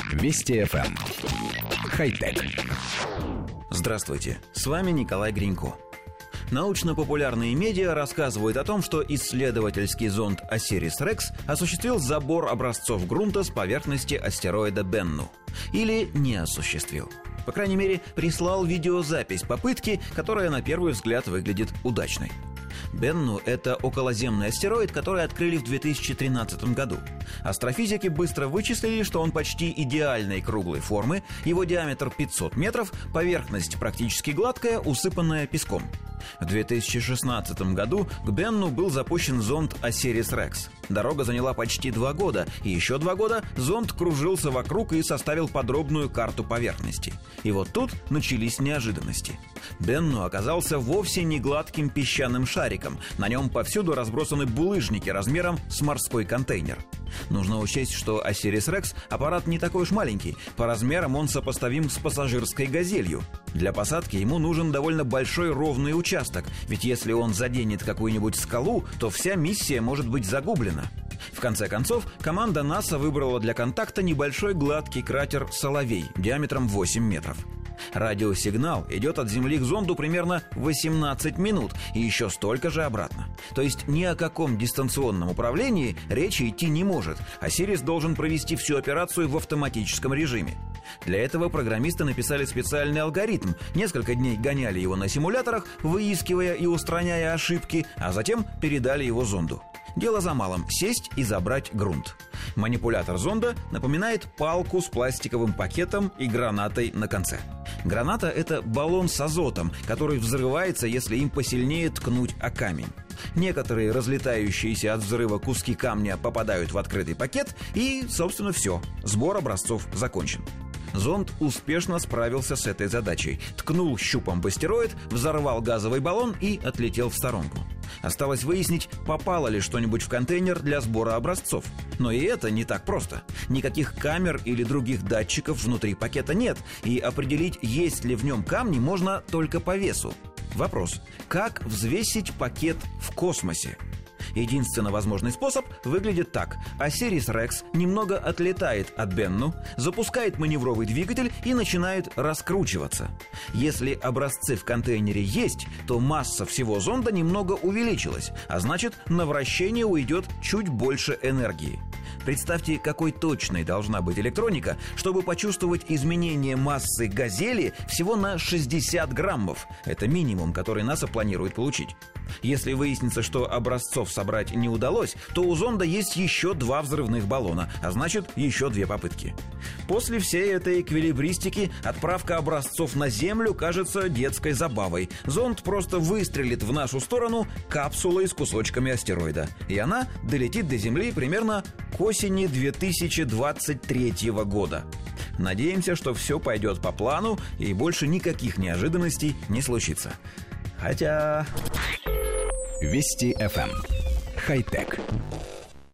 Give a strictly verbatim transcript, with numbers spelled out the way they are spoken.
Вести эф эм. Хай-тек. Здравствуйте, с вами Николай Гринько. Научно-популярные медиа рассказывают о том, что исследовательский зонд Осирис-Рекс осуществил забор образцов грунта с поверхности астероида Бенну. Или не осуществил. По крайней мере, прислал видеозапись попытки, которая на первый взгляд выглядит удачной. Бенну – это околоземный астероид, который открыли в две тысячи тринадцатом году. Астрофизики быстро вычислили, что он почти идеальной круглой формы, его диаметр пятьсот метров, поверхность практически гладкая, усыпанная песком. В две тысячи шестнадцатом году к Бенну был запущен зонд Осирис-Рекс. Дорога заняла почти два года, и еще два года зонд кружился вокруг и составил подробную карту поверхности. И вот тут начались неожиданности. Бенну оказался вовсе не гладким песчаным шариком. На нем повсюду разбросаны булыжники размером с морской контейнер. Нужно учесть, что Осирис-Рекс аппарат не такой уж маленький. По размерам он сопоставим с пассажирской «Газелью». Для посадки ему нужен довольно большой ровный участок, ведь если он заденет какую-нибудь скалу, то вся миссия может быть загублена. В конце концов, команда НАСА выбрала для контакта небольшой гладкий кратер «Соловей» диаметром восемь метров. Радиосигнал идет от Земли к зонду примерно восемнадцать минут и еще столько же обратно. То есть ни о каком дистанционном управлении речи идти не может. Осирис должен провести всю операцию в автоматическом режиме. Для этого программисты написали специальный алгоритм, несколько дней гоняли его на симуляторах, выискивая и устраняя ошибки, а затем передали его зонду. Дело за малым – сесть и забрать грунт. Манипулятор зонда напоминает палку с пластиковым пакетом и гранатой на конце. Граната – это баллон с азотом, который взрывается, если им посильнее ткнуть о камень. Некоторые разлетающиеся от взрыва куски камня попадают в открытый пакет, и, собственно, все. Сбор образцов закончен. Зонд успешно справился с этой задачей. Ткнул щупом в астероид, взорвал газовый баллон и отлетел в сторонку. Осталось выяснить, попало ли что-нибудь в контейнер для сбора образцов. Но и это не так просто. Никаких камер или других датчиков внутри пакета нет, и определить, есть ли в нем камни, можно только по весу. Вопрос: как взвесить пакет в космосе? Единственно возможный способ выглядит так. Осирис-Рекс немного отлетает от Бенну, запускает маневровый двигатель и начинает раскручиваться. Если образцы в контейнере есть, то масса всего зонда немного увеличилась, а значит, на вращение уйдет чуть больше энергии. Представьте, какой точной должна быть электроника, чтобы почувствовать изменение массы «Газели» всего на шестьдесят граммов. Это минимум, который НАСА планирует получить. Если выяснится, что образцов собрать не удалось, то у зонда есть еще два взрывных баллона, а значит, еще две попытки. После всей этой эквилибристики отправка образцов на Землю кажется детской забавой. Зонд просто выстрелит в нашу сторону капсулой с кусочками астероида, и она долетит до Земли примерно к осени две тысячи двадцать третьего года. Надеемся, что все пойдет по плану и больше никаких неожиданностей не случится. Хотя... Вести эф эм. Хай-тек.